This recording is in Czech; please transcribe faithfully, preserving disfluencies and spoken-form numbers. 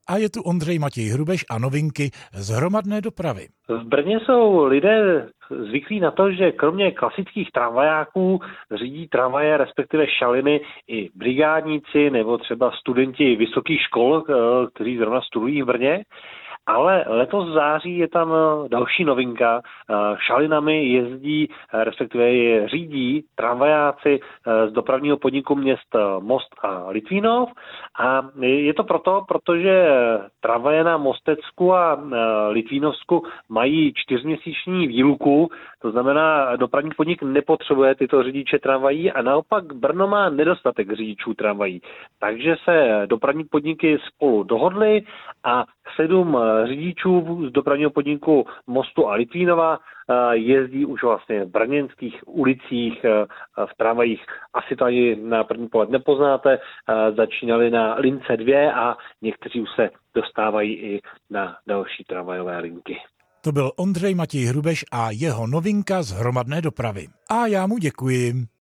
A je tu Ondřej Matěj Hrubeš a novinky z hromadné dopravy. V Brně jsou lidé zvyklí na to, že kromě klasických tramvajáků řídí tramvaje, respektive šaliny, i brigádníci nebo třeba studenti vysokých škol, kteří zrovna studují v Brně. Ale letos v září je tam další novinka. Šalinami jezdí, respektive je řídí tramvajáci z dopravního podniku měst Most a Litvínov. A je to proto, protože tramvaje na Mostecku a Litvínovsku mají čtyřměsíční výluku, to znamená, dopravní podnik nepotřebuje tyto řidiče tramvají a naopak Brno má nedostatek řidičů tramvají. Takže se dopravní podniky spolu dohodly a sedm řidičů z dopravního podniku Mostu a Litvínova jezdí už vlastně v brněnských ulicích v tramvajích. Asi to ani na první pohled nepoznáte. Začínali na lince dvě a někteří už se dostávají i na další tramvajové linky. To byl Ondřej Matěj Hrubeš a jeho novinka z hromadné dopravy. A já mu děkuji.